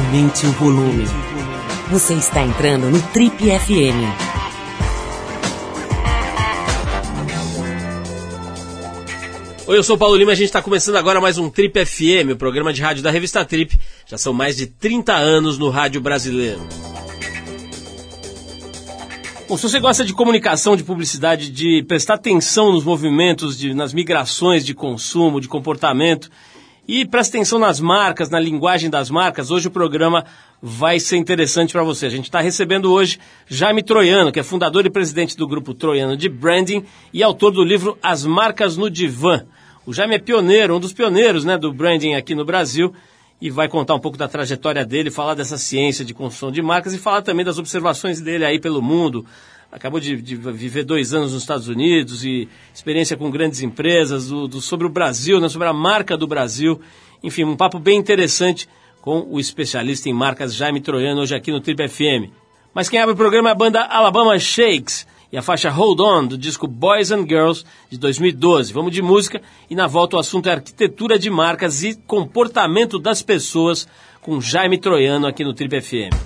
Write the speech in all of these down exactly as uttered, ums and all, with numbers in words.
Aumente o volume. Você está entrando no Trip F M. Oi, eu sou o Paulo Lima e a gente está começando agora mais um Trip F M, o programa de rádio da revista Trip. Já são mais de trinta anos no rádio brasileiro. Bom, se você gosta de comunicação, de publicidade, de prestar atenção nos movimentos, de, nas migrações de consumo, de comportamento, e presta atenção nas marcas, na linguagem das marcas, hoje o programa vai ser interessante para você. A gente está recebendo hoje Jaime Troiano, que é fundador e presidente do grupo Troiano de Branding e autor do livro As Marcas no Divã. O Jaime é pioneiro, um dos pioneiros, né, do branding aqui no Brasil, e vai contar um pouco da trajetória dele, falar dessa ciência de construção de marcas e falar também das observações dele aí pelo mundo. Acabou de, de viver dois anos nos Estados Unidos e experiência com grandes empresas, do, do, sobre o Brasil, né, sobre a marca do Brasil. Enfim, um papo bem interessante com o especialista em marcas Jaime Troiano, hoje aqui no Trip F M. Mas quem abre o programa é a banda Alabama Shakes e a faixa Hold On, do disco Boys and Girls, de dois mil e doze. Vamos de música e na volta o assunto é arquitetura de marcas e comportamento das pessoas com Jaime Troiano aqui no Trip F M.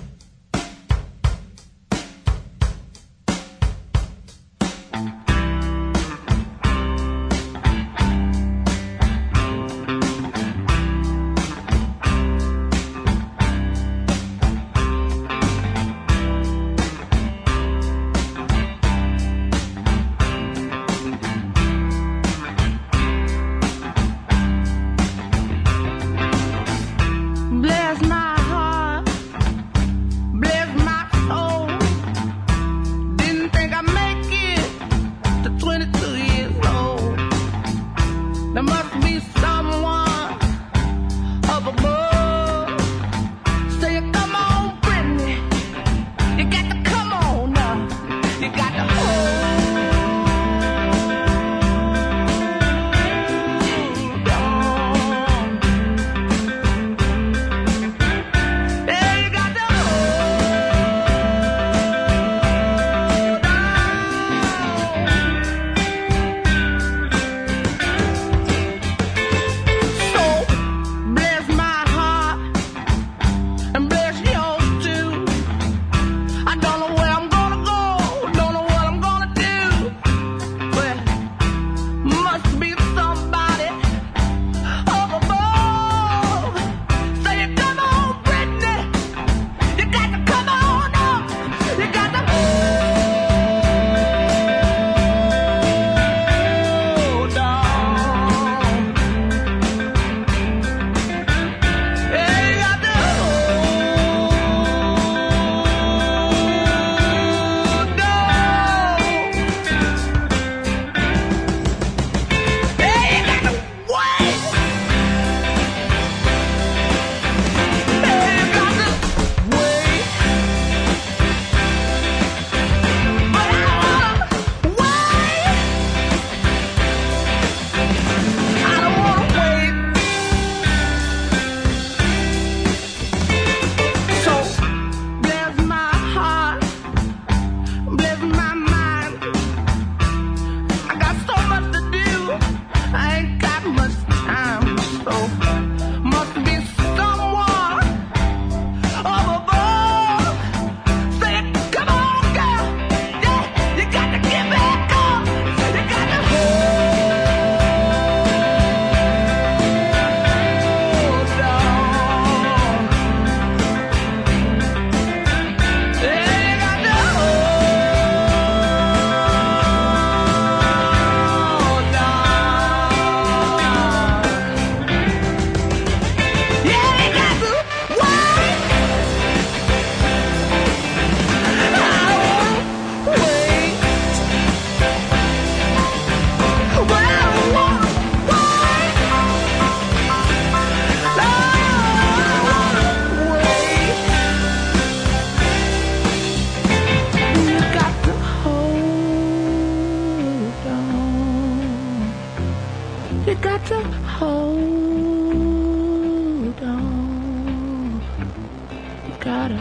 gotta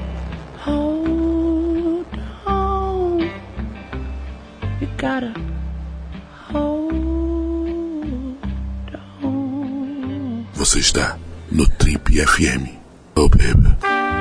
hold on. You gotta hold on. Você está no Trip F M, Oh, baby.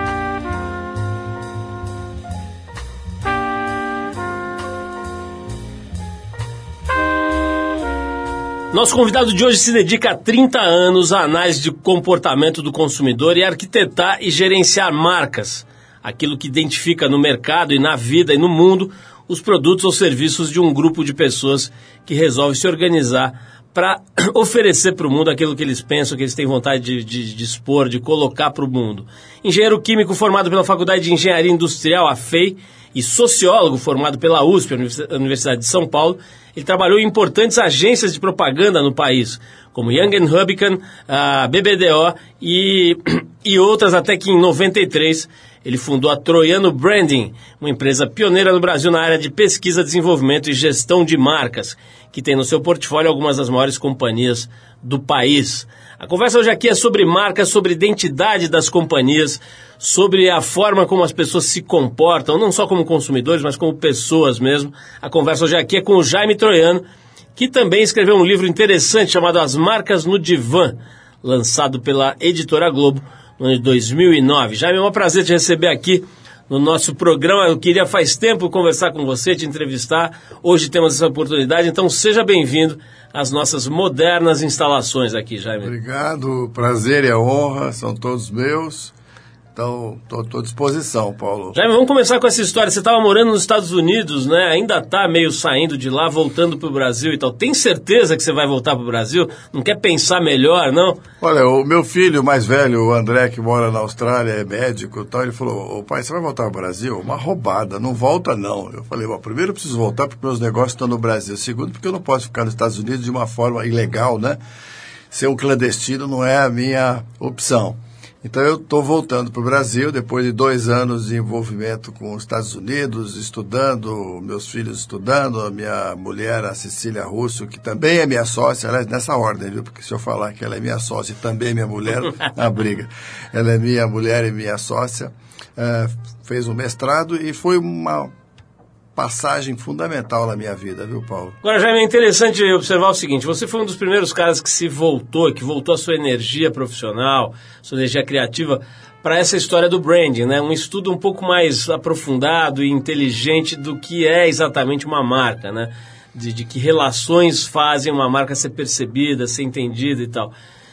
Nosso convidado de hoje se dedica há trinta anos à análise de comportamento do consumidor e a arquitetar e gerenciar marcas, aquilo que identifica no mercado e na vida e no mundo os produtos ou serviços de um grupo de pessoas que resolve se organizar para oferecer para o mundo aquilo que eles pensam, que eles têm vontade de, de, de expor, de colocar para o mundo. Engenheiro químico formado pela Faculdade de Engenharia Industrial, a F E I, e sociólogo formado pela U S P, a Universidade de São Paulo, ele trabalhou em importantes agências de propaganda no país, como Young and Hubicon, a B B D O e, e outras, até que em noventa e três ele fundou a Troiano Branding, uma empresa pioneira no Brasil na área de pesquisa, desenvolvimento e gestão de marcas, que tem no seu portfólio algumas das maiores companhias do país. A conversa hoje aqui é sobre marcas, sobre identidade das companhias, sobre a forma como as pessoas se comportam, não só como consumidores, mas como pessoas mesmo. A conversa hoje aqui é com o Jaime Troiano, que também escreveu um livro interessante chamado As Marcas no Divã, lançado pela Editora Globo no ano de dois mil e nove. Jaime, é um prazer te receber aqui no nosso programa. Eu queria faz tempo conversar com você, te entrevistar. Hoje temos essa oportunidade, então seja bem-vindo às nossas modernas instalações aqui, Jaime. Obrigado, o prazer e a honra são todos meus. Então, estou à disposição, Paulo. Jaime, vamos começar com essa história. Você estava morando nos Estados Unidos, né? Ainda está meio saindo de lá, voltando para o Brasil e tal. Tem certeza que você vai voltar para o Brasil? Não quer pensar melhor, não? Olha, o meu filho mais velho, o André, que mora na Austrália, é médico e tal, ele falou, ô pai, você vai voltar para o Brasil? Uma roubada, não volta não. Eu falei, bom, primeiro eu preciso voltar porque meus negócios estão no Brasil. Segundo, porque eu não posso ficar nos Estados Unidos de uma forma ilegal, né? Ser um clandestino não é a minha opção. Então eu estou voltando para o Brasil depois de dois anos de envolvimento com os Estados Unidos, estudando, meus filhos estudando, a minha mulher, a Cecília Russo, que também é minha sócia, aliás, nessa ordem, viu? Porque se eu falar que ela é minha sócia e também minha mulher, na briga. Ela é minha mulher e minha sócia, uh, fez um mestrado e foi uma passagem fundamental na minha vida, viu, Paulo? Agora, Jaime, é interessante observar o seguinte, você foi um dos primeiros caras que se voltou, que voltou a sua energia profissional, sua energia criativa, para essa história do branding, né? Um estudo um pouco mais aprofundado e inteligente do que é exatamente uma marca, né? De, de que relações fazem uma marca ser percebida, ser entendida e tal.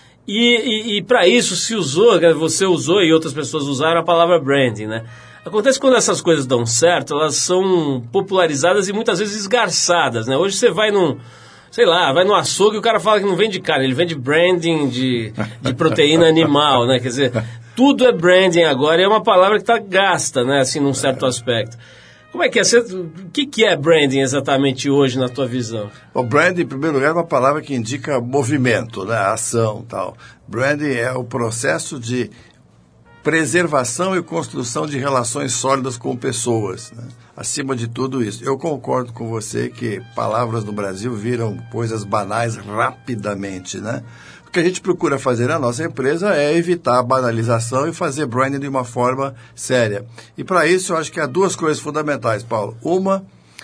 E, e, e para isso se usou, você usou e outras pessoas usaram a palavra branding, né? Acontece que quando essas coisas dão certo, elas são popularizadas e muitas vezes esgarçadas, né? Hoje você vai num, sei lá, vai no açougue e o cara fala que não vende carne, ele vende branding de, de proteína animal, né? Quer dizer, tudo é branding agora e é uma palavra que está gasta, né? Assim, num certo aspecto. Como é que é? Você, o que, que é branding exatamente hoje na tua visão? O branding, em primeiro lugar, é uma palavra que indica movimento, né? Ação e tal. Branding é o processo de preservação e construção de relações sólidas com pessoas, né? Acima de tudo isso. Eu concordo com você que palavras no Brasil viram coisas banais rapidamente, né? O que a gente procura fazer na nossa empresa é evitar a banalização e fazer branding de uma forma séria. E para isso eu acho que há duas coisas fundamentais, Paulo. Uma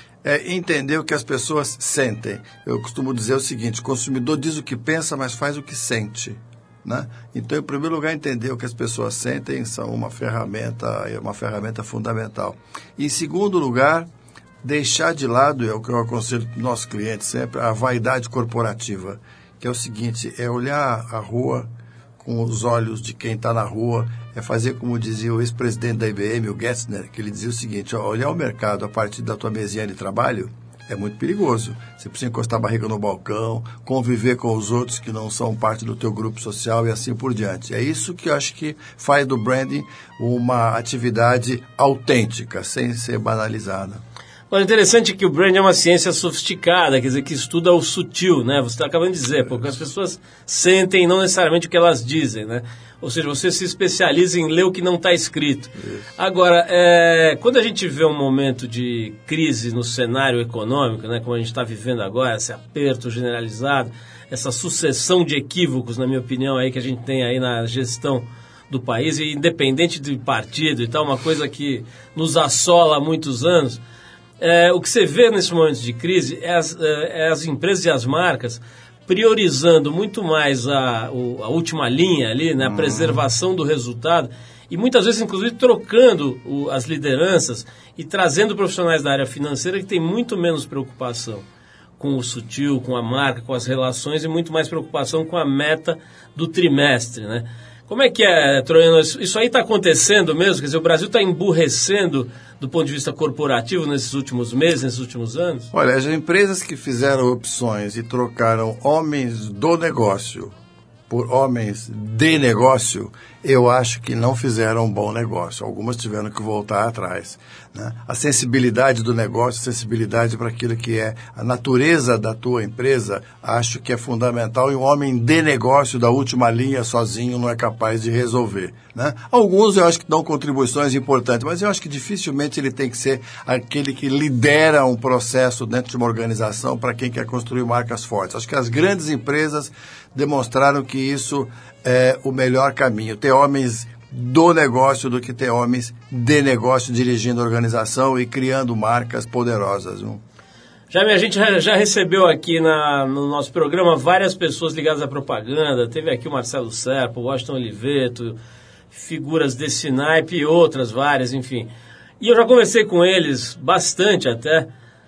é entender o que as pessoas sentem. Eu costumo dizer o seguinte, o consumidor diz o que pensa, mas faz o que sente. Né? Então, em primeiro lugar, entender o que as pessoas sentem são uma ferramenta, é uma ferramenta fundamental. Em segundo lugar, deixar de lado, é o que eu aconselho para os nossos clientes sempre, a vaidade corporativa, que é o seguinte, é olhar a rua com os olhos de quem está na rua, é fazer como dizia o ex-presidente da I B M, o Getzner, que ele dizia o seguinte, ó, olhar o mercado a partir da tua mesinha de trabalho é muito perigoso. Você precisa encostar a barriga no balcão, conviver com os outros que não são parte do teu grupo social e assim por diante. É isso que eu acho que faz do branding uma atividade autêntica, sem ser banalizada. Olha, interessante que o branding é uma ciência sofisticada, quer dizer, que estuda o sutil, né? Você está acabando de dizer, porque as pessoas sentem não necessariamente o que elas dizem, né? Ou seja, você se especializa em ler o que não está escrito. Isso. Agora, é, quando a gente vê um momento de crise no cenário econômico, né, como a gente está vivendo agora, esse aperto generalizado, essa sucessão de equívocos, na minha opinião, aí que a gente tem aí na gestão do país, e independente de partido e tal, uma coisa que nos assola há muitos anos, é, o que você vê nesses momentos de crise é as, é, é as empresas e as marcas priorizando muito mais a, a última linha ali, né, a preservação do resultado, e muitas vezes, inclusive, trocando o, as lideranças e trazendo profissionais da área financeira que têm muito menos preocupação com o sutil, com a marca, com as relações, e muito mais preocupação com a meta do trimestre, né? Como é que é, Troiano? Isso aí está acontecendo mesmo? Quer dizer, o Brasil está emburrecendo do ponto de vista corporativo nesses últimos meses, nesses últimos anos? Olha, as empresas que fizeram opções e trocaram homens do negócio por homens de negócio, eu acho que não fizeram um bom negócio. Algumas tiveram que voltar atrás, né? A sensibilidade do negócio, a sensibilidade para aquilo que é a natureza da tua empresa, acho que é fundamental, e um homem de negócio da última linha sozinho não é capaz de resolver, né? Alguns eu acho que dão contribuições importantes, mas eu acho que dificilmente ele tem que ser aquele que lidera um processo dentro de uma organização para quem quer construir marcas fortes. Acho que as grandes empresas demonstraram que isso é o melhor caminho, ter homens do negócio do que ter homens de negócio dirigindo a organização e criando marcas poderosas. Viu? Jaime, a gente já recebeu aqui na, no nosso programa várias pessoas ligadas à propaganda. Teve aqui o Marcelo Serpa, o Washington Oliveto, figuras desse naipe e outras várias, enfim. E eu já conversei com eles bastante até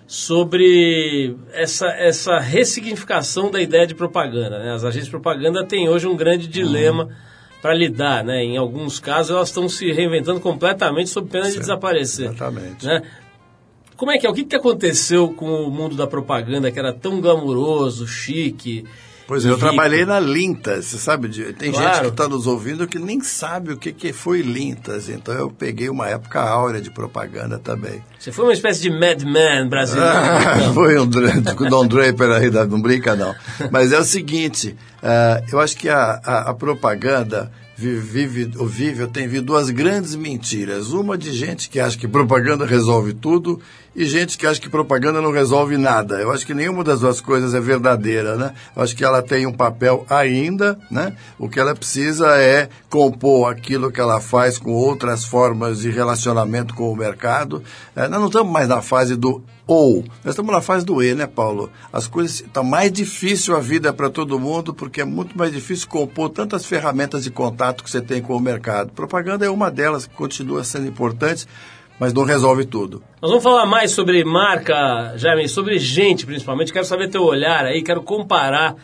sobre essa, essa ressignificação da ideia de propaganda, né? As agências de propaganda têm hoje um grande dilema uhum. para lidar, né? Em alguns casos elas estão se reinventando completamente sob pena certo. de desaparecer. Exatamente. Né? Como é que é? O que, que aconteceu com o mundo da propaganda, que era tão glamuroso, chique? Pois é, eu trabalhei na Lintas, você sabe, tem claro. gente que está nos ouvindo que nem sabe o que, que foi Lintas, então eu peguei uma época áurea de propaganda também. Você foi uma espécie de Mad Men brasileiro. Ah, foi um Don Draper aí, não brinca não. Mas é o seguinte, uh, eu acho que a, a, a propaganda vive, vive, tem vindo duas grandes mentiras. Uma de gente que acha que propaganda resolve tudo e gente que acha que propaganda não resolve nada. Eu acho que nenhuma das duas coisas é verdadeira, né? Eu acho que ela tem um papel ainda, né? O que ela precisa é compor aquilo que ela faz com outras formas de relacionamento com o mercado. É, nós não estamos mais na fase do ou, nós estamos na fase do e, né, Paulo? As coisas, está mais difícil a vida para todo mundo, porque é muito mais difícil compor tantas ferramentas de contato que você tem com o mercado. Propaganda é uma delas que continua sendo importante, mas não resolve tudo. Nós vamos falar mais sobre marca, Jaime, sobre gente principalmente. Quero saber teu olhar aí, quero comparar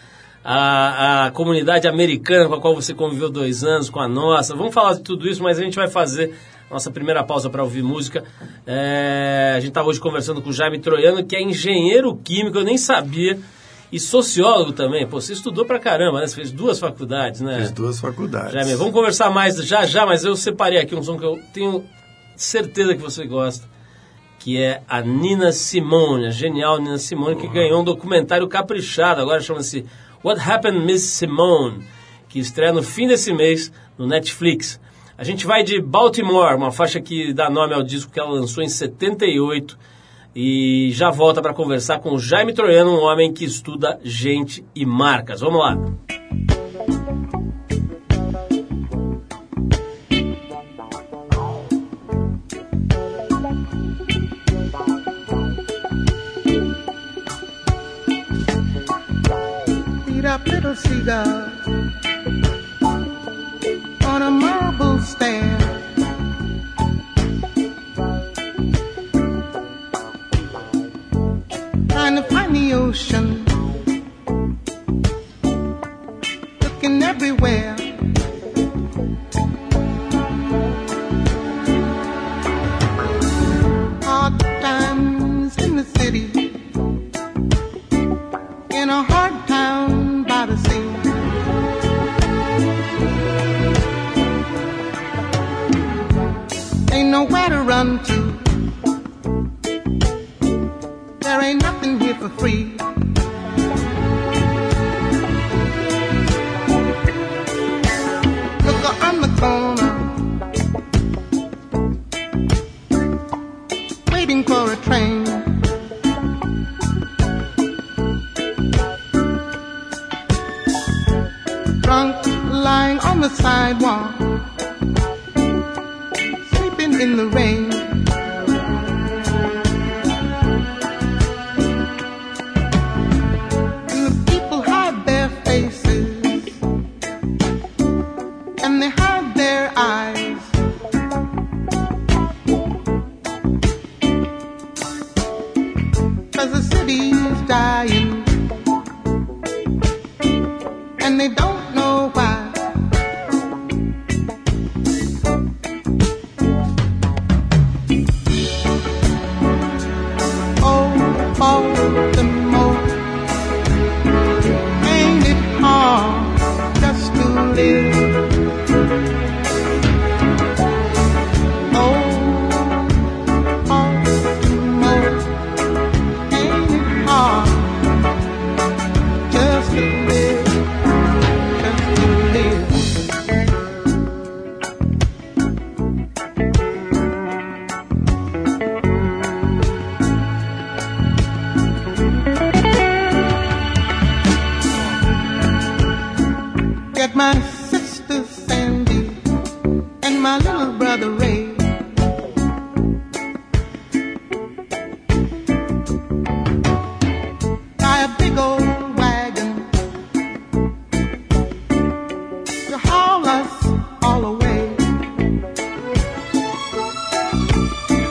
a, a comunidade americana com a qual você conviveu dois anos, com a nossa. Vamos falar de tudo isso, mas a gente vai fazer nossa primeira pausa para ouvir música. É, a gente estava hoje conversando com o Jaime Troiano, que é engenheiro químico, eu nem sabia, e sociólogo também. Pô, você estudou pra caramba, né? Você fez duas faculdades, né? Fiz duas faculdades. Jaime, vamos conversar mais já já, mas eu separei aqui um som que eu tenho certeza que você gosta, que é a Nina Simone, a genial Nina Simone, que ganhou um documentário caprichado, agora chama-se What Happened, Miss Simone, que estreia no fim desse mês no Netflix. A gente vai de Baltimore, uma faixa que dá nome ao disco que ela lançou em setenta e oito, e já volta para conversar com o Jaime Troiano, um homem que estuda gente e marcas. Vamos lá. Little cigar on a marble stand, trying to find the ocean, looking everywhere. Hard times in the city, in a hard town by the sea. Ain't nowhere to run to, there ain't nothing here for free. Look on the corner, waiting for a train. Drunk, lying on the sidewalk, sleeping in the rain. And the people high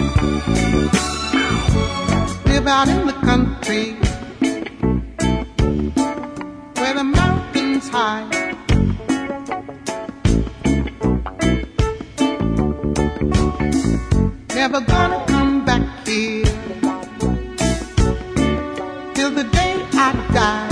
Live out in the country where the mountains high. Never gonna come back here till the day I die.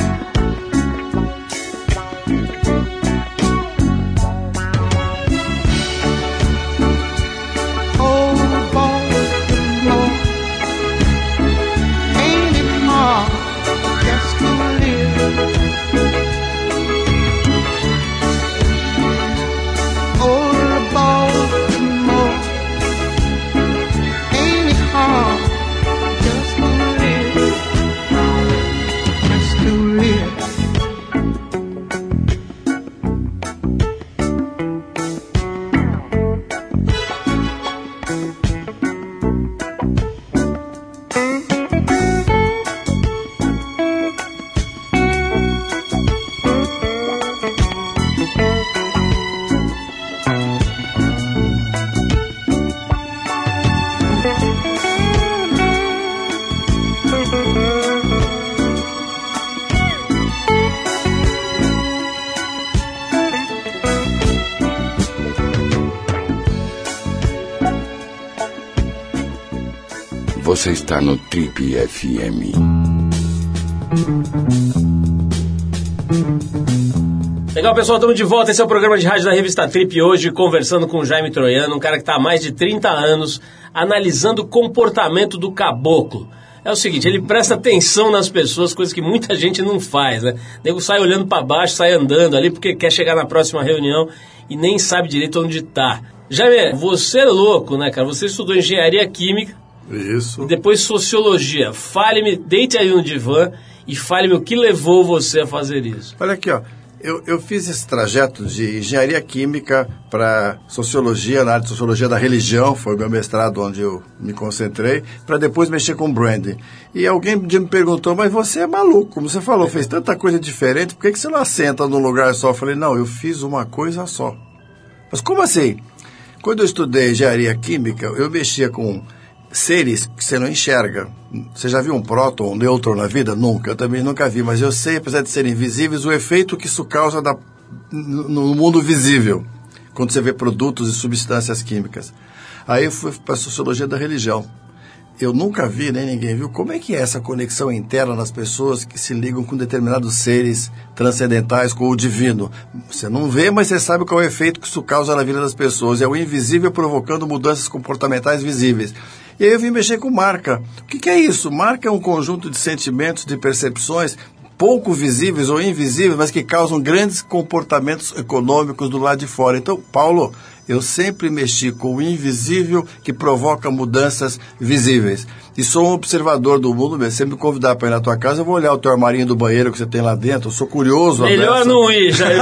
Você está no Trip F M. Legal, pessoal, estamos de volta. Esse é o programa de rádio da revista Trip. Hoje conversando com o Jaime Troiano, um cara que está há mais de trinta anos analisando o comportamento do caboclo. É o seguinte, ele presta atenção nas pessoas, coisa que muita gente não faz, né? O nego sai olhando para baixo, sai andando ali porque quer chegar na próxima reunião e nem sabe direito onde está. Jaime, você é louco, né, cara? Você estudou engenharia química. Isso. E depois sociologia. Fale-me, deite aí no divã e fale-me o que levou você a fazer isso. Olha aqui, ó. Eu, eu fiz esse trajeto de engenharia química para sociologia, na área de sociologia da religião, foi o meu mestrado onde eu me concentrei, para depois mexer com branding. E alguém me perguntou, mas você é maluco, como você falou, fez tanta coisa diferente, por que, que você não assenta num lugar só? Eu falei, não, eu fiz uma coisa só. Mas como assim? Quando eu estudei engenharia química, eu mexia com seres que você não enxerga. Você já viu um próton, um nêutron na vida? Nunca, eu também nunca vi, mas eu sei, apesar de serem invisíveis, o efeito que isso causa da, no mundo visível, quando você vê produtos e substâncias químicas. Aí eu fui para a sociologia da religião. Eu nunca vi, nem ninguém viu, como é que é essa conexão interna nas pessoas que se ligam com determinados seres transcendentais, com o divino. Você não vê, mas você sabe qual é o efeito que isso causa na vida das pessoas. É o invisível provocando mudanças comportamentais visíveis. E aí eu vim mexer com marca. O que, que é isso? Marca é um conjunto de sentimentos, de percepções pouco visíveis ou invisíveis, mas que causam grandes comportamentos econômicos do lado de fora. Então, Paulo, eu sempre mexi com o invisível que provoca mudanças visíveis. E sou um observador do mundo mesmo. Se você me convidar para ir na tua casa, eu vou olhar o teu armarinho do banheiro que você tem lá dentro. Eu sou curioso. Melhor não ir, Jair.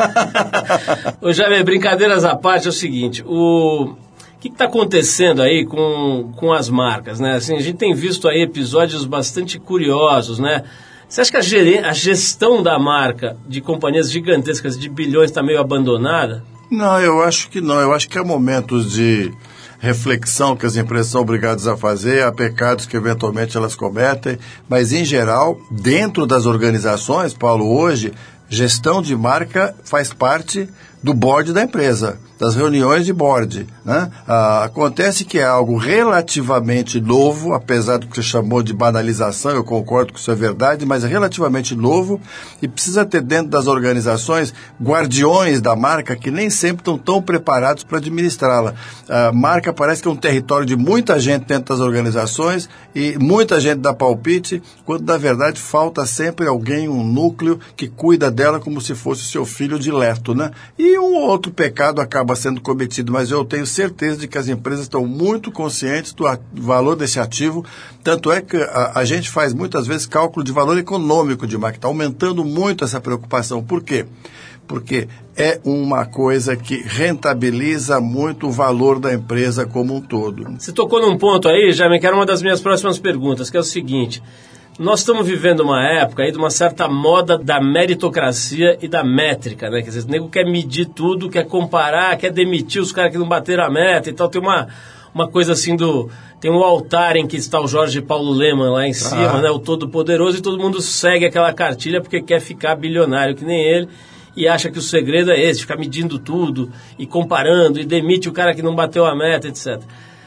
Ô, Jair, brincadeiras à parte, é o seguinte, o... O que está acontecendo aí com, com as marcas, né? Assim, a gente tem visto aí episódios bastante curiosos, né? Você acha que a, ger- a gestão da marca de companhias gigantescas de bilhões está meio abandonada? Não, eu acho que não. Eu acho que há momentos de reflexão que as empresas são obrigadas a fazer, há pecados que eventualmente elas cometem, mas em geral, dentro das organizações, Paulo, hoje, gestão de marca faz parte do board da empresa, das reuniões de board, né? Ah, acontece que é algo relativamente novo, apesar do que você chamou de banalização, eu concordo que isso é verdade, mas é relativamente novo e precisa ter dentro das organizações guardiões da marca que nem sempre estão tão preparados para administrá-la. A marca parece que é um território de muita gente dentro das organizações e muita gente dá palpite, quando na verdade falta sempre alguém, um núcleo que cuida dela como se fosse seu filho dileto, né? E um outro pecado acaba sendo cometido, mas eu tenho certeza de que as empresas estão muito conscientes do, a, do valor desse ativo, tanto é que a, a gente faz muitas vezes cálculo de valor econômico de marca, está aumentando muito essa preocupação. Por quê? Porque é uma coisa que rentabiliza muito o valor da empresa como um todo. Você tocou num ponto aí, Jaime, que era uma das minhas próximas perguntas, que é o seguinte: nós estamos vivendo uma época aí de uma certa moda da meritocracia e da métrica, né? Quer dizer, o nego quer medir tudo, quer comparar, quer demitir os caras que não bateram a meta e tal. Tem uma, uma coisa assim do... Tem um altar em que está o Jorge Paulo Lemann lá em cima, Ah. né? O Todo-Poderoso, e todo mundo segue aquela cartilha porque quer ficar bilionário que nem ele e acha que o segredo é esse, ficar medindo tudo e comparando e demite o cara que não bateu a meta, etcétera.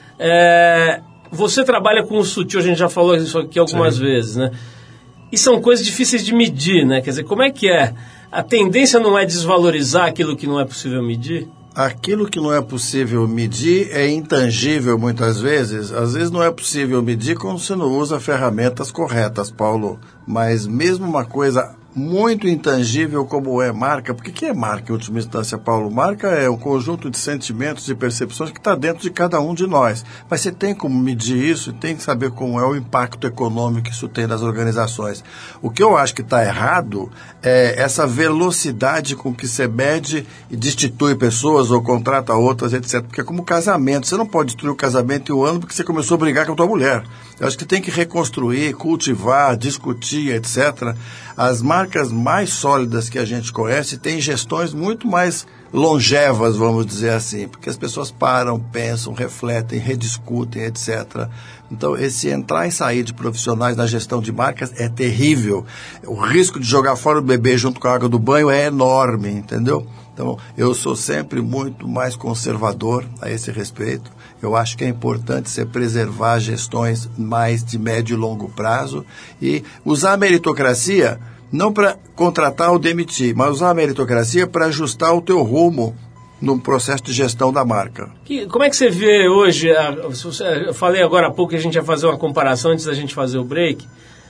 É, você trabalha com o sutil, a gente já falou isso aqui algumas Sim. vezes, né? E são coisas difíceis de medir, né? Quer dizer, como é que é? A tendência não é desvalorizar aquilo que não é possível medir? Aquilo que não é possível medir é intangível muitas vezes. Às vezes não é possível medir quando você não usa ferramentas corretas, Paulo. Mas mesmo uma coisa muito intangível como é marca, porque o que é marca em última instância, Paulo? Marca é um conjunto de sentimentos e percepções que está dentro de cada um de nós. Mas você tem como medir isso e tem que saber como é o impacto econômico que isso tem nas organizações. O que eu acho que está errado é essa velocidade com que você mede e destitui pessoas ou contrata outras, etcétera. Porque é como casamento. Você não pode destruir o casamento em um ano porque você começou a brigar com a tua mulher. Eu acho que tem que reconstruir, cultivar, discutir, etcétera. As marcas mais sólidas que a gente conhece têm gestões muito mais longevas, vamos dizer assim, porque as pessoas param, pensam, refletem, rediscutem, etcétera. Então, esse entrar e sair de profissionais na gestão de marcas é terrível. O risco de jogar fora o bebê junto com a água do banho é enorme, entendeu? Então, eu sou sempre muito mais conservador a esse respeito. Eu acho que é importante você preservar gestões mais de médio e longo prazo e usar a meritocracia não para contratar ou demitir, mas usar a meritocracia para ajustar o teu rumo no processo de gestão da marca. Que, como é que você vê hoje, a, se você, eu falei agora há pouco que a gente ia fazer uma comparação antes da gente fazer o break,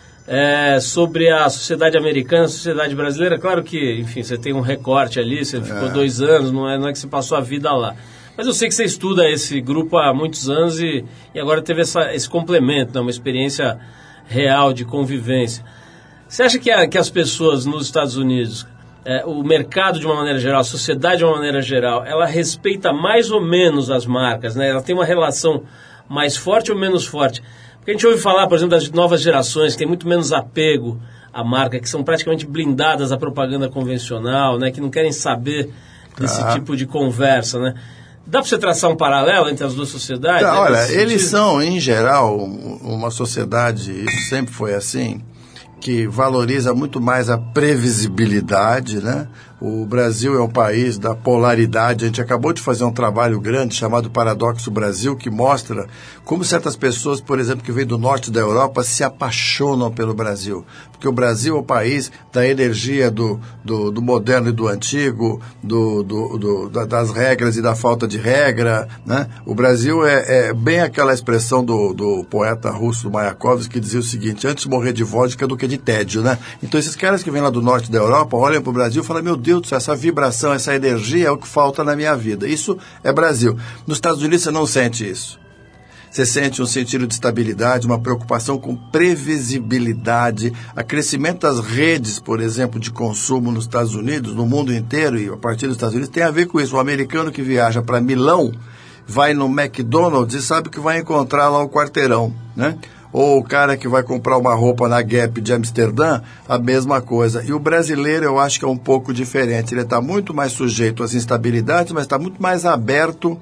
é, sobre a sociedade americana, a sociedade brasileira. Claro que, enfim, você tem um recorte ali, você ficou é. dois anos, não é, não é que você passou a vida lá. Mas eu sei que você estuda esse grupo há muitos anos e, e agora teve essa, esse complemento, né, uma experiência real de convivência. Você acha que, a, que as pessoas nos Estados Unidos, é, o mercado de uma maneira geral, a sociedade de uma maneira geral, ela respeita mais ou menos as marcas, né? Ela tem uma relação mais forte ou menos forte? Porque a gente ouve falar, por exemplo, das novas gerações, que tem muito menos apego à marca, que são praticamente blindadas à propaganda convencional, né? Que não querem saber desse ah. tipo de conversa, né? Dá para você traçar um paralelo entre as duas sociedades? Tá, né, olha, eles são, em geral, uma sociedade, isso sempre foi assim, que valoriza muito mais a previsibilidade, né? O Brasil é um país da polaridade. A gente acabou de fazer um trabalho grande chamado Paradoxo Brasil, que mostra como certas pessoas, por exemplo, que vêm do norte da Europa, se apaixonam pelo Brasil. Porque o Brasil é o país da energia do, do, do moderno e do antigo, do, do, do, das regras e da falta de regra, né? O Brasil é, é bem aquela expressão do, do poeta russo Mayakovsky, que dizia o seguinte: antes morrer de vodka do que de tédio, né? Então esses caras que vêm lá do norte da Europa olham para o Brasil e falam: meu Deus do céu, essa vibração, essa energia é o que falta na minha vida. Isso é Brasil. Nos Estados Unidos você não sente isso. Você sente um sentido de estabilidade, uma preocupação com previsibilidade, a crescimento das redes, por exemplo, de consumo nos Estados Unidos, no mundo inteiro e a partir dos Estados Unidos, tem a ver com isso. O americano que viaja para Milão vai no McDonald's e sabe que vai encontrar lá o quarteirão, né? Ou o cara que vai comprar uma roupa na Gap de Amsterdã, a mesma coisa. E o brasileiro, eu acho que é um pouco diferente. Ele está muito mais sujeito às instabilidades, mas está muito mais aberto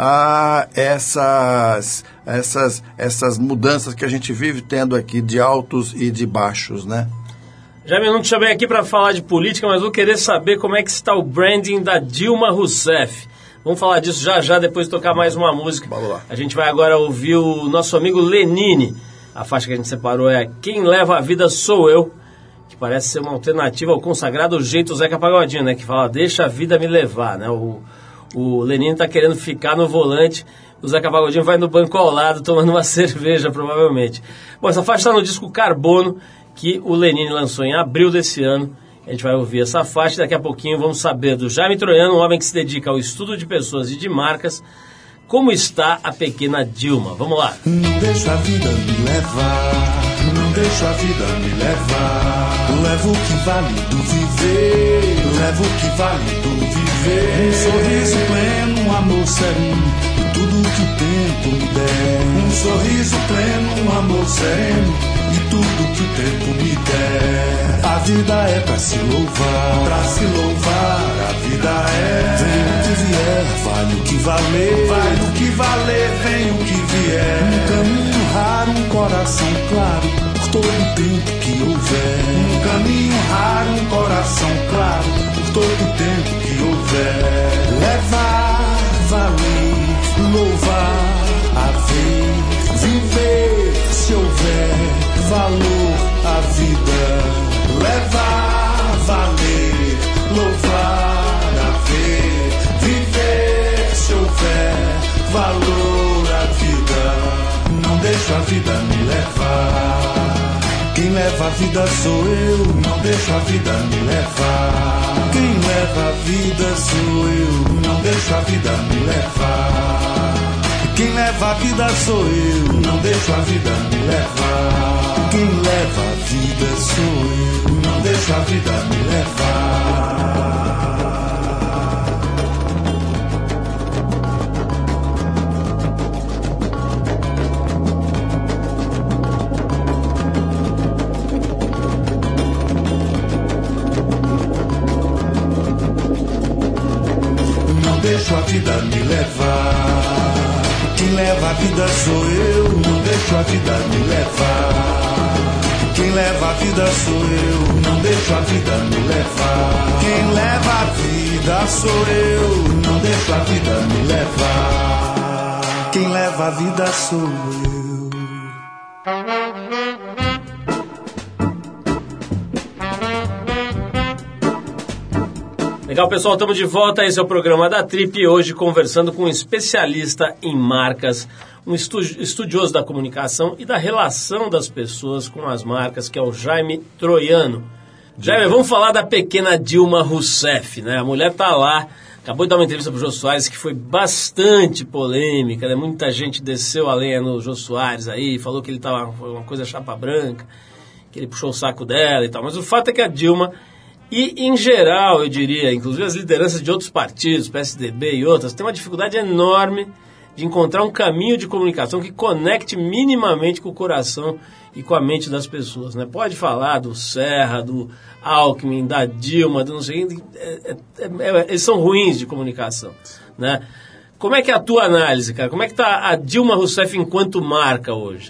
a essas, essas, essas mudanças que a gente vive tendo aqui de altos e de baixos, né? Jaime, eu não te chamei aqui para falar de política, mas vou querer saber como é que está o branding da Dilma Rousseff. Vamos falar disso já já, depois de tocar mais uma música. Vamos lá. A gente vai agora ouvir o nosso amigo Lenine. A faixa que a gente separou é Quem Leva a Vida Sou Eu, que parece ser uma alternativa ao consagrado jeito Zeca Pagodinho, né? Que fala, deixa a vida me levar, né? O, o Lenine tá querendo ficar no volante, o Zeca Pagodinho vai no banco ao lado tomando uma cerveja, provavelmente. Bom, essa faixa está no disco Carbono, que o Lenine lançou em abril desse ano. A gente vai ouvir essa faixa e daqui a pouquinho vamos saber do Jaime Troiano, um homem que se dedica ao estudo de pessoas e de marcas. Como está a pequena Dilma? Vamos lá. Não deixa a vida me levar, não deixa a vida me levar. Levo o que vale do viver, levo o que vale do viver. Um sorriso pleno, um amor sereno, e tudo que o tempo me der. Um sorriso pleno, um amor sereno, e tudo que o tempo me der. A vida é pra se louvar, pra se louvar, a vida é. Vem o que vier, vale o que valer, vale o que valer, vem o que vier. Um caminho raro, um coração claro, por todo o tempo que houver. Um caminho raro, um coração claro, por todo o tempo que houver. Levar, valer, louvar, haver, viver, se houver valor a vida. Levar, valer, louvar, haver, viver, se houver valor a vida. Não deixo a vida me levar. Quem leva a vida sou eu, não deixo a vida me levar. Quem leva a vida sou eu, não deixo a vida me levar. Quem leva a vida sou eu, não deixo a vida me levar. Quem leva a vida sou eu, não deixo a vida me levar. Não deixo a vida me levar. Quem leva a vida sou eu, não deixo a vida me levar. Quem leva a vida sou eu, não deixo a vida me levar. Quem leva a vida sou eu, não deixo a vida me levar. Quem leva a vida sou eu. Legal, pessoal, estamos de volta. Esse é o programa da Trip e hoje conversando com um especialista em marcas, um estudioso da comunicação e da relação das pessoas com as marcas, que é o Jaime Troiano. Jaime, vamos falar da pequena Dilma Rousseff, né? A mulher está lá, acabou de dar uma entrevista para o Jô Soares que foi bastante polêmica, né? Muita gente desceu a lenha no Jô Soares aí, falou que ele estava uma coisa chapa branca, que ele puxou o saco dela e tal. Mas o fato é que a Dilma... E, em geral, eu diria, inclusive as lideranças de outros partidos, P S D B e outras, têm uma dificuldade enorme de encontrar um caminho de comunicação que conecte minimamente com o coração e com a mente das pessoas, né? Pode falar do Serra, do Alckmin, da Dilma, do não sei quem, é, é, é, eles são ruins de comunicação, né? Como é que é a tua análise, cara? Como é que está a Dilma Rousseff enquanto marca hoje?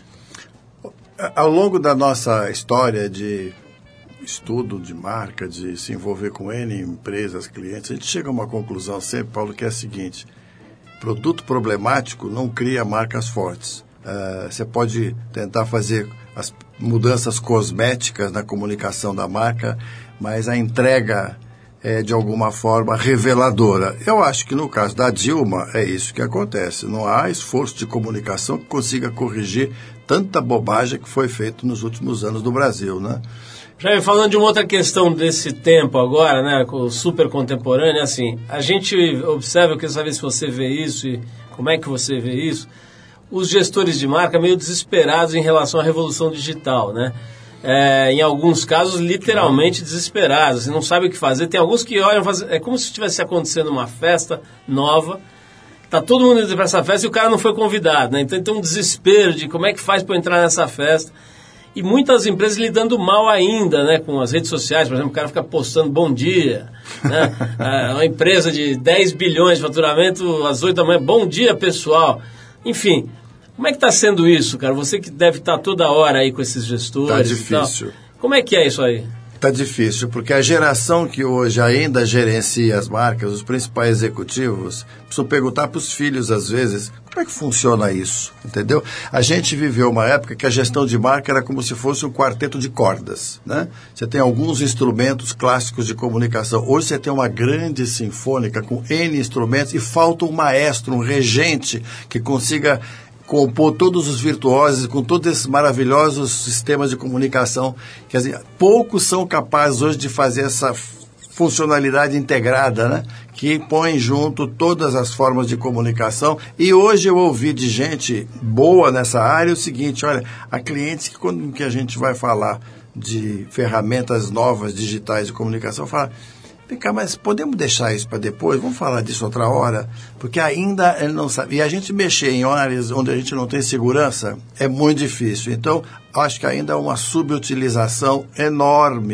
Ao longo da nossa história de estudo de marca, de se envolver com N empresas, clientes, a gente chega a uma conclusão sempre, Paulo, que é a seguinte: produto problemático não cria marcas fortes. Uh, você pode tentar fazer as mudanças cosméticas na comunicação da marca, mas a entrega é, de alguma forma, reveladora. Eu acho que no caso da Dilma é isso que acontece. Não há esforço de comunicação que consiga corrigir tanta bobagem que foi feito nos últimos anos do Brasil, né? Já falando de uma outra questão desse tempo agora, né, com o super contemporâneo, assim, a gente observa, eu quero saber se você vê isso e como é que você vê isso, os gestores de marca meio desesperados em relação à revolução digital, né? É, em alguns casos, literalmente desesperados, não sabem o que fazer. Tem alguns que olham, fazem, é como se estivesse acontecendo uma festa nova, tá todo mundo indo para essa festa e o cara não foi convidado, né? Então tem um desespero de como é que faz para entrar nessa festa. E muitas empresas lidando mal ainda, né, com as redes sociais. Por exemplo, o cara fica postando bom dia, né? É, uma empresa de dez bilhões de faturamento às oito da manhã, bom dia, pessoal. Enfim, como é que está sendo isso, cara? Você que deve estar toda hora aí com esses gestores. Tá difícil. E tal. Como é que é isso aí? Tá difícil, porque a geração que hoje ainda gerencia as marcas, os principais executivos, precisam perguntar para os filhos, às vezes, como é que funciona isso, entendeu? A gente viveu uma época que a gestão de marca era como se fosse um quarteto de cordas, né? Você tem alguns instrumentos clássicos de comunicação. Hoje você tem uma grande sinfônica com N instrumentos e falta um maestro, um regente que consiga compor todos os virtuosos com todos esses maravilhosos sistemas de comunicação. Quer dizer, poucos são capazes hoje de fazer essa funcionalidade integrada, né? Que põe junto todas as formas de comunicação. E hoje eu ouvi de gente boa nessa área o seguinte: olha, há clientes que quando que a gente vai falar de ferramentas novas digitais de comunicação, fala: vem cá, mas podemos deixar isso para depois? Vamos falar disso outra hora? Porque ainda ele não sabe. E a gente mexer em áreas onde a gente não tem segurança é muito difícil. Então, acho que ainda há uma subutilização enorme.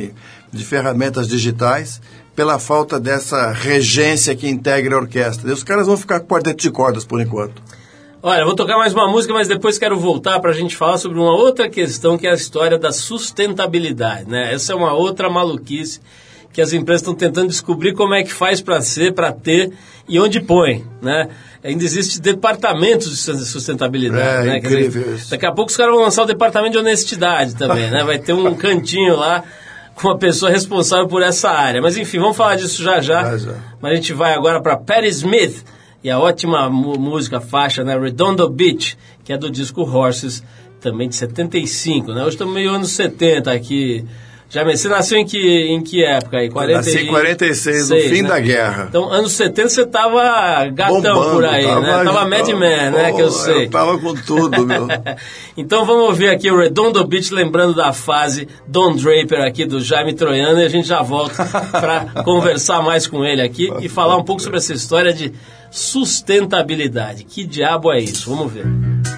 de ferramentas digitais, pela falta dessa regência que integra a orquestra. E os caras vão ficar com quarteto de cordas por enquanto. Olha, vou tocar mais uma música, mas depois quero voltar para a gente falar sobre uma outra questão, que é a história da sustentabilidade, né? Essa é uma outra maluquice que as empresas estão tentando descobrir como é que faz para ser, para ter e onde põe, né? Ainda existem departamentos de sustentabilidade, é, né? Incrível. Quer dizer, isso. daqui a pouco os caras vão lançar o departamento de honestidade também, né? Vai ter um cantinho lá com uma pessoa responsável por essa área. Mas enfim, vamos falar disso já já. Já, já. Mas a gente vai agora para Patti Smith e a ótima música, faixa, né? Redondo Beach, que é do disco Horses, também de setenta e cinco, né? Hoje estamos meio anos setenta aqui. Já, você nasceu em que, em que época aí? quarenta Nasci em quarenta e seis, no fim né? da guerra. Então, anos setenta você tava gatão Bombando, por aí, tava, né? Tava Mad Men, né? Pô, Que eu sei. Eu tava com tudo, meu. Então vamos ouvir aqui o Redondo Beach, lembrando da fase Don Draper aqui do Jaime Troiano, e a gente já volta para conversar mais com ele aqui e falar um pouco sobre essa história de sustentabilidade. Que diabo é isso? Vamos ver.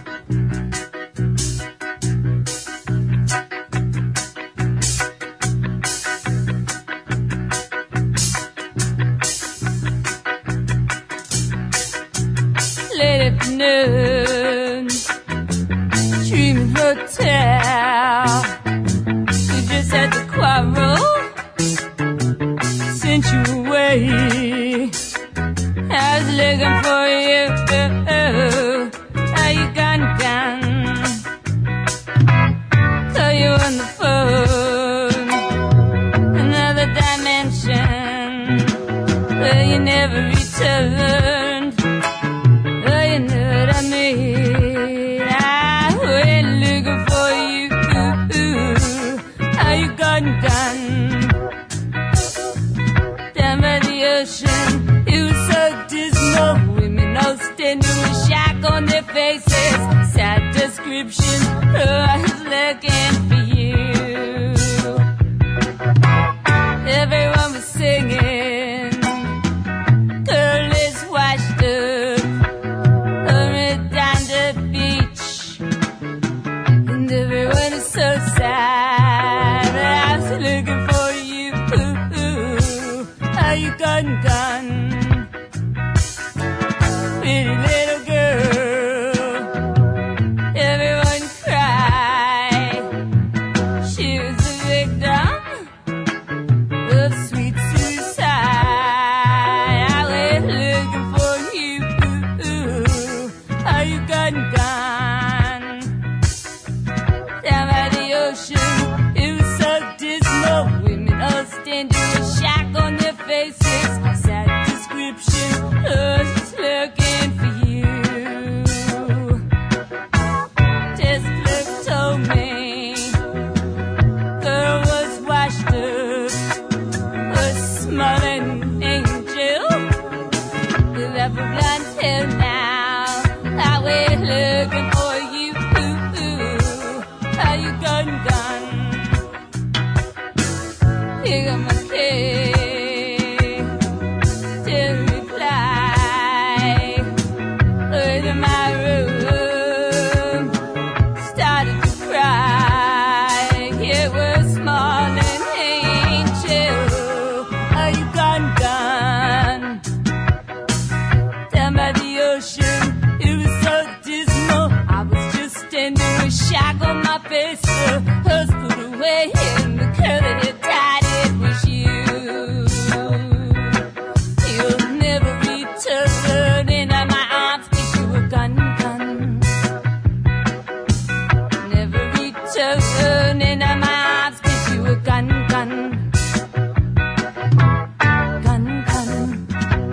Late afternoon, Dreaming Hotel. We just had to quarrel, sent you away. I was looking for you. How you gone, gone? Saw you on the phone, another dimension, but you never returned. On their faces, sad description. Oh, I was looking for you. Everyone was singing. Girl is washed up on Redondo Beach, and everyone is so sad. I was looking for you. Ooh, ooh. Are you gone, gone? Pretty little girl. Everyone cried. She was a victim of sweet suicide. I was looking for you. Are you gone, gone? Down by the ocean, it was so dismal. Women all standing with shock on their faces. Sad description. Oh, she's looking for you. Just look told me, girl was washed up, a smiling angel, with a blonde hair now. I was looking for you. Are you gone, gone? Pick up my key, till reply. Looked in my room, started to cry. It was small and angel. Are you gone, gone? Down by the ocean, it was so dismal. I was just standing with shock on my face. The hers put away in the curly hair tied. It was you. You'll never return into my arms, 'cause you were gone, gone. Never return into my arms, 'cause you were gone, gone. Gone, gone.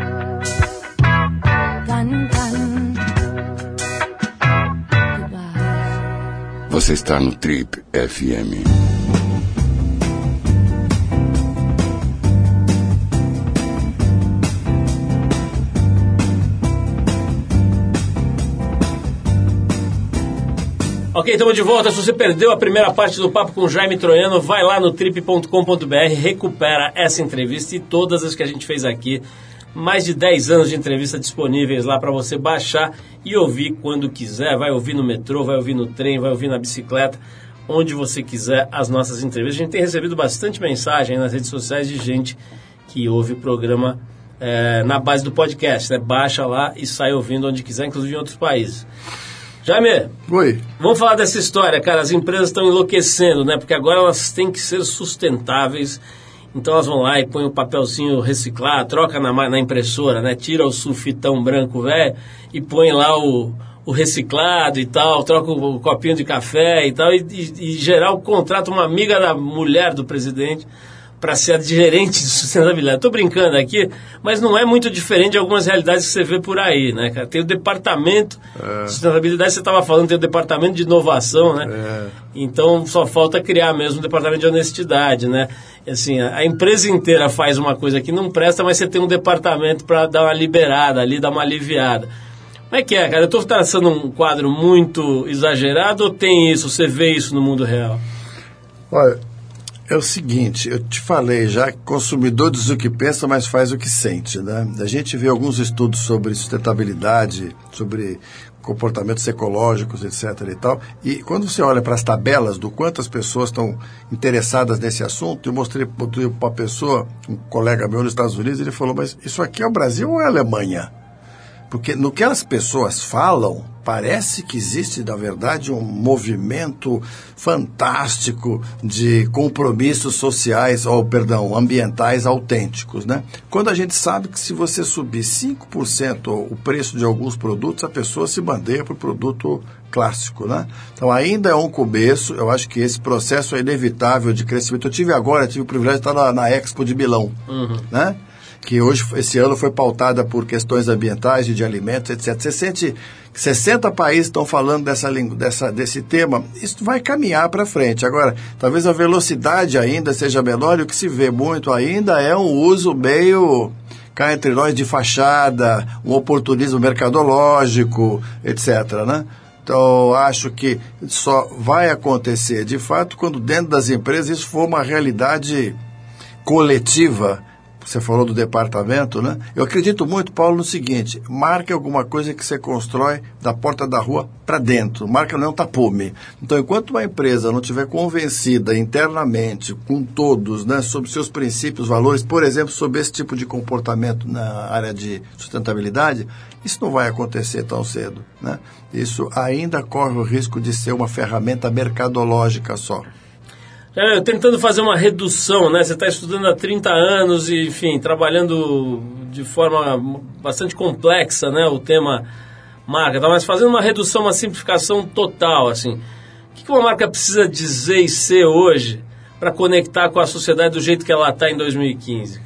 Gone, gone. Goodbye. Você está no Trip F M. Ok, estamos de volta. Se você perdeu a primeira parte do papo com o Jaime Troiano, vai lá no trip ponto com ponto b r, recupera essa entrevista e todas as que a gente fez aqui. Mais de dez anos de entrevista disponíveis lá para você baixar e ouvir quando quiser. Vai ouvir no metrô, vai ouvir no trem, vai ouvir na bicicleta. onde você quiser, as nossas entrevistas. A gente tem recebido bastante mensagem nas redes sociais de gente que ouve o programa é, na base do podcast, né? Baixa lá e sai ouvindo onde quiser, inclusive em outros países. Jaime, Oi. Vamos falar dessa história, cara. As empresas estão enlouquecendo, né? Porque agora elas têm que ser sustentáveis. Então elas vão lá e põem o papelzinho reciclado, troca na, na impressora, né? Tira o sulfitão branco velho e põe lá o, o reciclado e tal, troca o, o copinho de café e tal, e, e, e geral contrata uma amiga da mulher do presidente para ser a gerente de sustentabilidade. Estou brincando aqui, mas não é muito diferente de algumas realidades que você vê por aí, né, cara? Tem o departamento é. de sustentabilidade, você estava falando, tem o departamento de inovação, né? É. Então só falta criar mesmo um departamento de honestidade, né? Assim, a, a empresa inteira faz uma coisa que não presta, mas você tem um departamento para dar uma liberada ali, dar uma aliviada. Como é que é, cara? Eu estou traçando um quadro muito exagerado ou tem isso, você vê isso no mundo real? Olha, é o seguinte, eu te falei já que consumidor diz o que pensa, mas faz o que sente, né? A gente vê alguns estudos sobre sustentabilidade, sobre comportamentos ecológicos, etc e tal, e quando você olha para as tabelas do quanto as pessoas estão interessadas nesse assunto, eu mostrei para uma pessoa, um colega meu nos Estados Unidos, ele falou, mas isso aqui é o Brasil ou é a Alemanha? Porque no que as pessoas falam, parece que existe, na verdade, um movimento fantástico de compromissos sociais, ou, perdão, ambientais autênticos, né? Quando a gente sabe que se você subir cinco por cento o preço de alguns produtos, a pessoa se bandeia para o produto clássico, né? Então, ainda é um começo, eu acho que esse processo é inevitável de crescimento. Eu tive agora, tive o privilégio de estar na, na Expo de Milão, uhum. né? Que hoje, esse ano, foi pautada por questões ambientais e de alimentos, etcétera. Você sente que sessenta países estão falando dessa, dessa, desse tema, isso vai caminhar para frente. Agora, talvez a velocidade ainda seja menor e o que se vê muito ainda é um uso meio, cá entre nós, de fachada, um oportunismo mercadológico, etcétera, né? Então, acho que só vai acontecer, de fato, quando dentro das empresas isso for uma realidade coletiva. Você falou do departamento, né? Eu acredito muito, Paulo, no seguinte, marca alguma coisa que você constrói da porta da rua para dentro. Marca não é um tapume. Então, enquanto uma empresa não estiver convencida internamente, com todos, né, sobre seus princípios, valores, por exemplo, sobre esse tipo de comportamento na área de sustentabilidade, isso não vai acontecer tão cedo, né? Isso ainda corre o risco de ser uma ferramenta mercadológica só. É, tentando fazer uma redução, né? Você está estudando há trinta anos e, enfim, trabalhando de forma bastante complexa, né? O tema marca, tá? Mas fazendo uma redução, uma simplificação total, assim. O que uma marca precisa dizer e ser hoje para conectar com a sociedade do jeito que ela está em dois mil e quinze?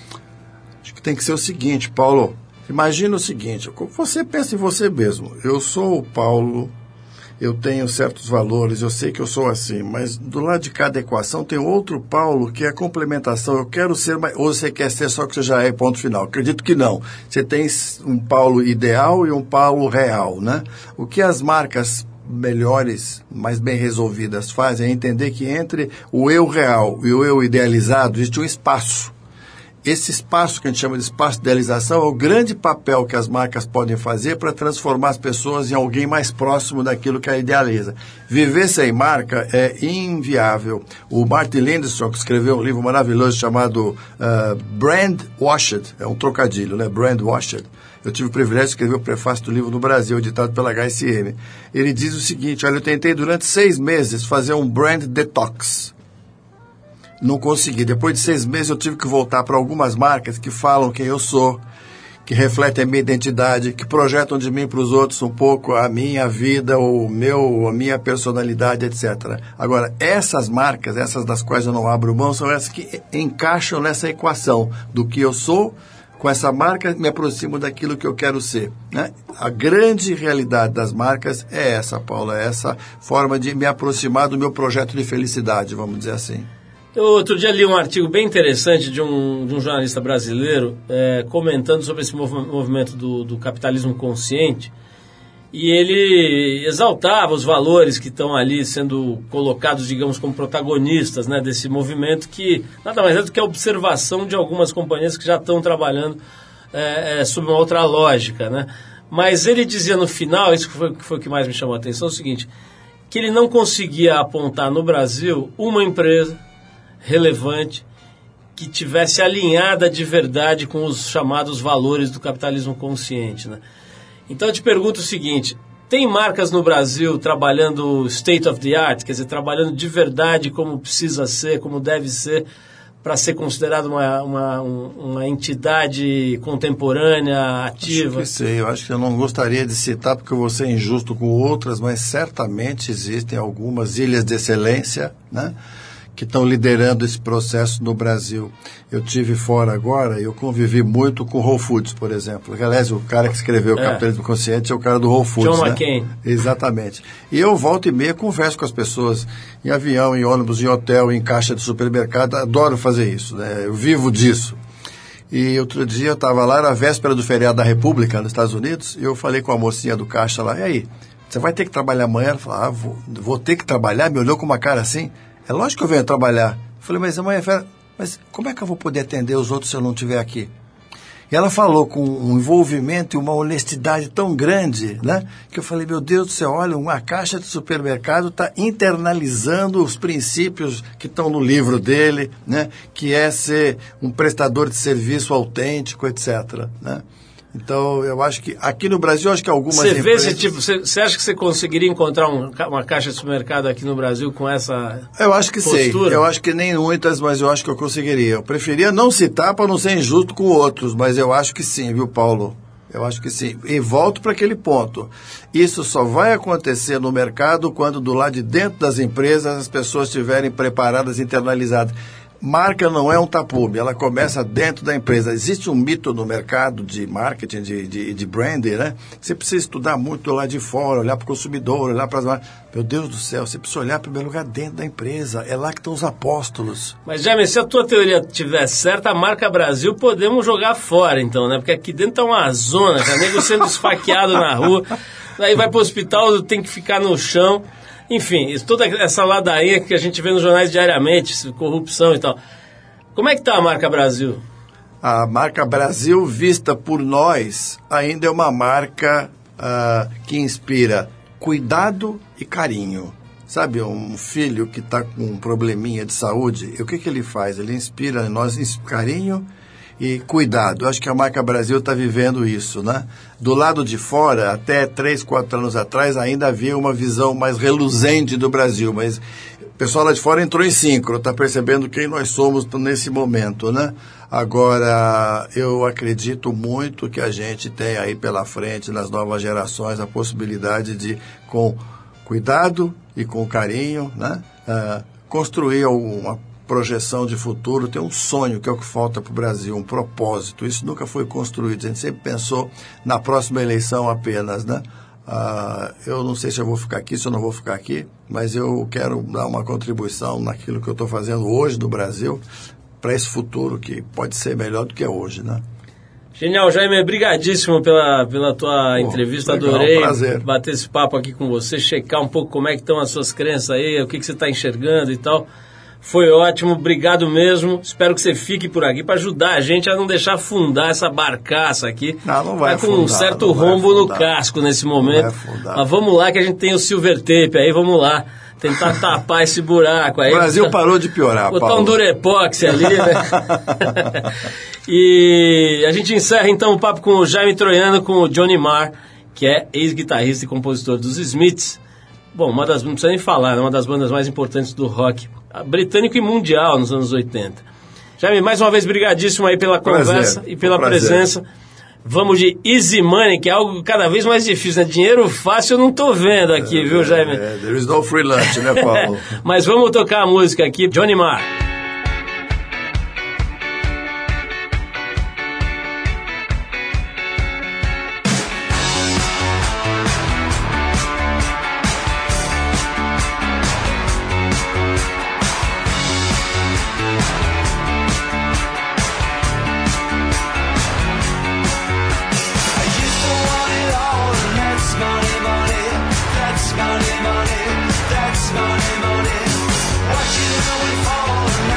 Acho que tem que ser o seguinte, Paulo. Imagina o seguinte, você pensa em você mesmo. Eu sou o Paulo... Eu tenho certos valores, eu sei que eu sou assim, mas do lado de cada equação tem outro Paulo que é a complementação. Eu quero ser, mais, ou você quer ser só que você já é, ponto final. Acredito que não. Você tem um Paulo ideal e um Paulo real, né? O que as marcas melhores, mais bem resolvidas fazem é entender que entre o eu real e o eu idealizado existe um espaço. Esse espaço que a gente chama de espaço de idealização é o grande papel que as marcas podem fazer para transformar as pessoas em alguém mais próximo daquilo que ela idealiza. Viver sem marca é inviável. O Martin Lindstrom, que escreveu um livro maravilhoso chamado uh, Brand Washed, é um trocadilho, né? Brand Washed. Eu tive o privilégio de escrever o prefácio do livro no Brasil, editado pela H S M. Ele diz o seguinte, olha, eu tentei durante seis meses fazer um brand detox. Não consegui. Depois de seis meses eu tive que voltar para algumas marcas que falam quem eu sou, que refletem a minha identidade, que projetam de mim para os outros um pouco a minha vida, o meu, a minha personalidade, etcétera. Agora, essas marcas, essas das quais eu não abro mão, são essas que encaixam nessa equação do que eu sou. Com essa marca, me aproximo daquilo que eu quero ser, né? A grande realidade das marcas é essa, Paula, é essa forma de me aproximar do meu projeto de felicidade, vamos dizer assim. Eu outro dia li um artigo bem interessante de um, de um jornalista brasileiro é, comentando sobre esse mov- movimento do, do capitalismo consciente, e ele exaltava os valores que estão ali sendo colocados, digamos, como protagonistas, né, desse movimento, que nada mais é do que a observação de algumas companhias que já estão trabalhando é, é, sob uma outra lógica, né? Mas ele dizia no final, isso que foi, que foi o que mais me chamou a atenção, é o seguinte, que ele não conseguia apontar no Brasil uma empresa relevante que tivesse alinhada de verdade com os chamados valores do capitalismo consciente, né? Então eu te pergunto o seguinte, tem marcas no Brasil trabalhando state of the art, quer dizer, trabalhando de verdade como precisa ser, como deve ser, para ser considerado uma, uma, uma entidade contemporânea, ativa? Acho que sei, eu acho que eu não gostaria de citar porque eu vou ser injusto com outras, mas certamente existem algumas ilhas de excelência, né, que estão liderando esse processo no Brasil. Eu tive fora agora e eu convivi muito com Whole Foods, por exemplo. Aliás, o cara que escreveu o É. Capitalismo Consciente é o cara do Whole Foods, John né? McCain. Exatamente. E eu volto e meia converso com as pessoas em avião, em ônibus, em hotel, em caixa de supermercado. Adoro fazer isso, né? Eu vivo disso. E outro dia eu estava lá, era a véspera do feriado da República, nos Estados Unidos, e eu falei com a mocinha do caixa lá, e aí, você vai ter que trabalhar amanhã? Ela falou, ah, vou, vou ter que trabalhar? Me olhou com uma cara assim, é lógico que eu venho trabalhar. Eu falei, mas amanhã, mas como é que eu vou poder atender os outros se eu não estiver aqui? E ela falou com um envolvimento e uma honestidade tão grande, né? Que eu falei, meu Deus do céu, olha, uma caixa de supermercado está internalizando os princípios que estão no livro dele, né? Que é ser um prestador de serviço autêntico, etcétera, né? Então, eu acho que aqui no Brasil, eu acho que algumas Você vê empresas... esse tipo, você, você acha que você conseguiria encontrar um, uma caixa de supermercado aqui no Brasil com essa Eu acho que sei. postura? Eu acho que nem muitas, mas eu acho que eu conseguiria. Eu preferia não citar para não ser injusto com outros, mas eu acho que sim, viu, Paulo? Eu acho que sim. E volto para aquele ponto. Isso só vai acontecer no mercado quando do lado de dentro das empresas as pessoas estiverem preparadas, internalizadas. Marca não é um tapume, ela começa dentro da empresa. Existe um mito no mercado de marketing, de, de, de branding, né? Você precisa estudar muito lá de fora, olhar para o consumidor, olhar para as marcas. Meu Deus do céu, você precisa olhar em primeiro lugar dentro da empresa. É lá que estão os apóstolos. Mas, Jaime, se a tua teoria estiver certa, a marca Brasil podemos jogar fora, então, né? Porque aqui dentro tá uma zona, tá nego sendo esfaqueado na rua, daí vai para o hospital, tem que ficar no chão. Enfim, isso, toda essa ladainha que a gente vê nos jornais diariamente, corrupção e tal. Como é que está a marca Brasil? A marca Brasil, vista por nós, ainda é uma marca uh, que inspira cuidado e carinho. Sabe, um filho que está com um probleminha de saúde, o que, que ele faz? Ele inspira em nós carinho e cuidado. Eu acho que a marca Brasil está vivendo isso, né? Do lado de fora, até três, quatro anos atrás, ainda havia uma visão mais reluzente do Brasil, mas o pessoal lá de fora entrou em síncrono, está percebendo quem nós somos nesse momento, né? Agora, eu acredito muito que a gente tem aí pela frente, nas novas gerações, a possibilidade de, com cuidado e com carinho, né? Uh, construir uma projeção de futuro, ter um sonho, que é o que falta para o Brasil, um propósito. Isso nunca foi construído. A gente sempre pensou na próxima eleição apenas, né? Ah, eu não sei se eu vou ficar aqui, se eu não vou ficar aqui, mas eu quero dar uma contribuição naquilo que eu estou fazendo hoje no Brasil para esse futuro que pode ser melhor do que é hoje, né? Genial, Jaime, brigadíssimo pela, pela tua Pô, entrevista, legal, adorei prazer. bater esse papo aqui com você, checar um pouco como é que estão as suas crenças aí, o que, que você está enxergando e tal. Foi ótimo, obrigado mesmo. Espero que você fique por aqui para ajudar a gente a não deixar afundar essa barcaça aqui. Não, não vai tá com afundar, um certo não vai rombo no afundar. casco nesse momento. Mas vamos lá que a gente tem o silver tape aí, vamos lá. Tentar tapar esse buraco aí. O Brasil botar, parou de piorar, botar Paulo. um durepox ali, né? E a gente encerra então o papo com o Jaime Troiano, com o Johnny Marr, que é ex-guitarrista e compositor dos Smiths. Bom, uma das, não precisa nem falar, né? Uma das bandas mais importantes do rock britânico e mundial nos anos oitenta. Jaime, mais uma vez, brigadíssimo aí pela Prazer, conversa e pela prazer. presença. Vamos de easy money, que é algo cada vez mais difícil, né? Dinheiro fácil eu não tô vendo aqui, é, viu, Jaime? É, there is no free lunch, né, Paulo? Mas vamos tocar a música aqui, Johnny Marr. Money, money, that's money, money. What you doing for?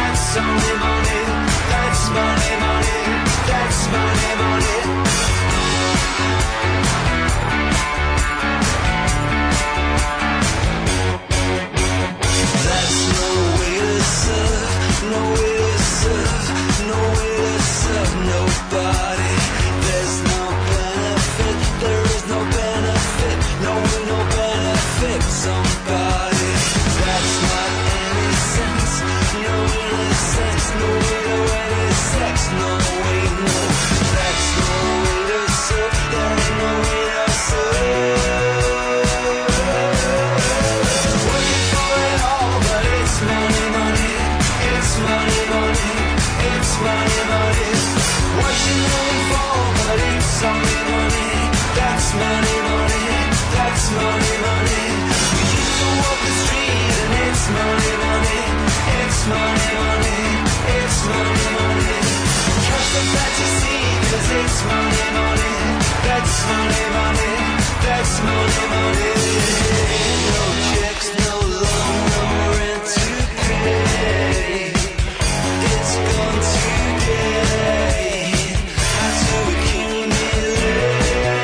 money, money. Watching them fall, but it's only money. That's money, money. That's money, money. We used to walk the street and it's money, money. It's money, money. It's money, money. Catch the fantasy, cause it's money, money. That's money, money. That's money, money. No checks, no loan, no rent to pay. It's gone today. Has to accumulate.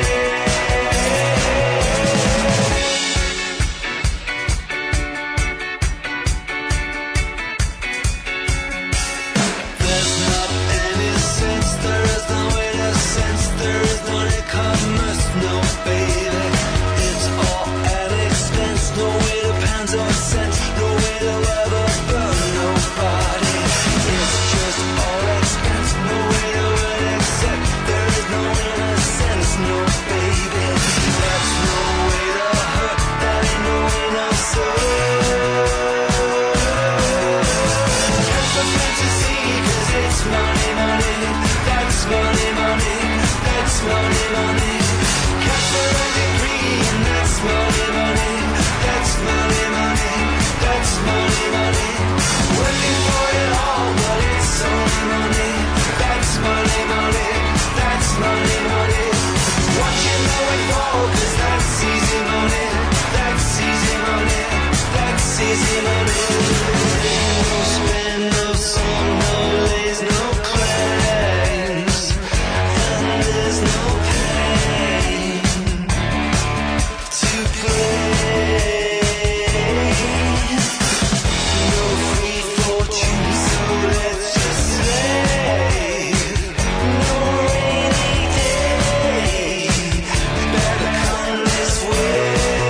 There's not any sense, there is no innocence, there is no commerce, no baby. It's all at expense, no way to pounds or cents, no way to ever burn nobody. It's just all expense, no way to earn except there is no innocence, no baby. That's no way to hurt, that ain't no innocence. Catch the fantasy, cause it's money, money. That's money, money. That's money, money. Catch the right degree, and that's money, money. That's money, money. That's money, money. Working for it all, but it's only money. That's money, money. That's money, money. Watching how it fall, cause that's easy money. That's easy money. That's easy money. No spin, no song, no lays, no claims. And there's no pain to play. No free fortune, so let's just say no rainy day. Better come this way.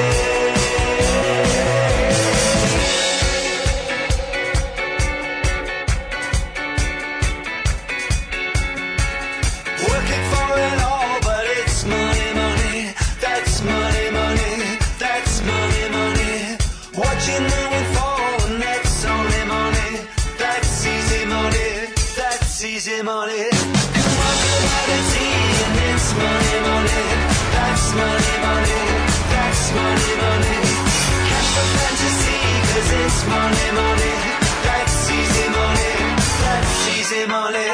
Working for it all, but it's money, money. That's money, money. That's money, money. Watching them fall, and that's only money. That's easy money. That's easy money. Come on, commodity, and it's money, money. That's money, money. That's money, money. Catch the fantasy, cause it's money, money. That's easy money. That's easy money.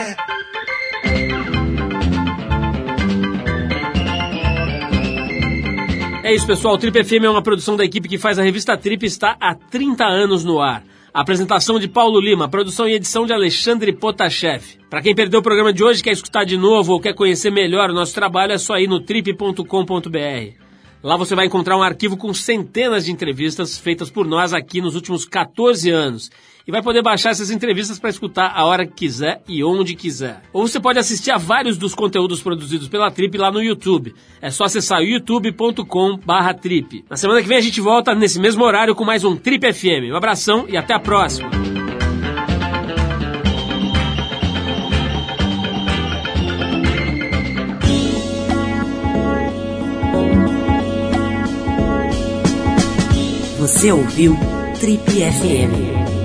É isso, pessoal. O Trip F M é uma produção da equipe que faz a revista Trip e está há trinta anos no ar. A apresentação de Paulo Lima, produção e edição de Alexandre Potashev. Para quem perdeu o programa de hoje, quer escutar de novo ou quer conhecer melhor o nosso trabalho, é só ir no trip ponto com ponto b r. Lá você vai encontrar um arquivo com centenas de entrevistas feitas por nós aqui nos últimos quatorze anos. E vai poder baixar essas entrevistas para escutar a hora que quiser e onde quiser. Ou você pode assistir a vários dos conteúdos produzidos pela Trip lá no YouTube. É só acessar youtube ponto com barra trip. Na semana que vem a gente volta nesse mesmo horário com mais um Trip F M. Um abração e até a próxima. Você ouviu Trip F M.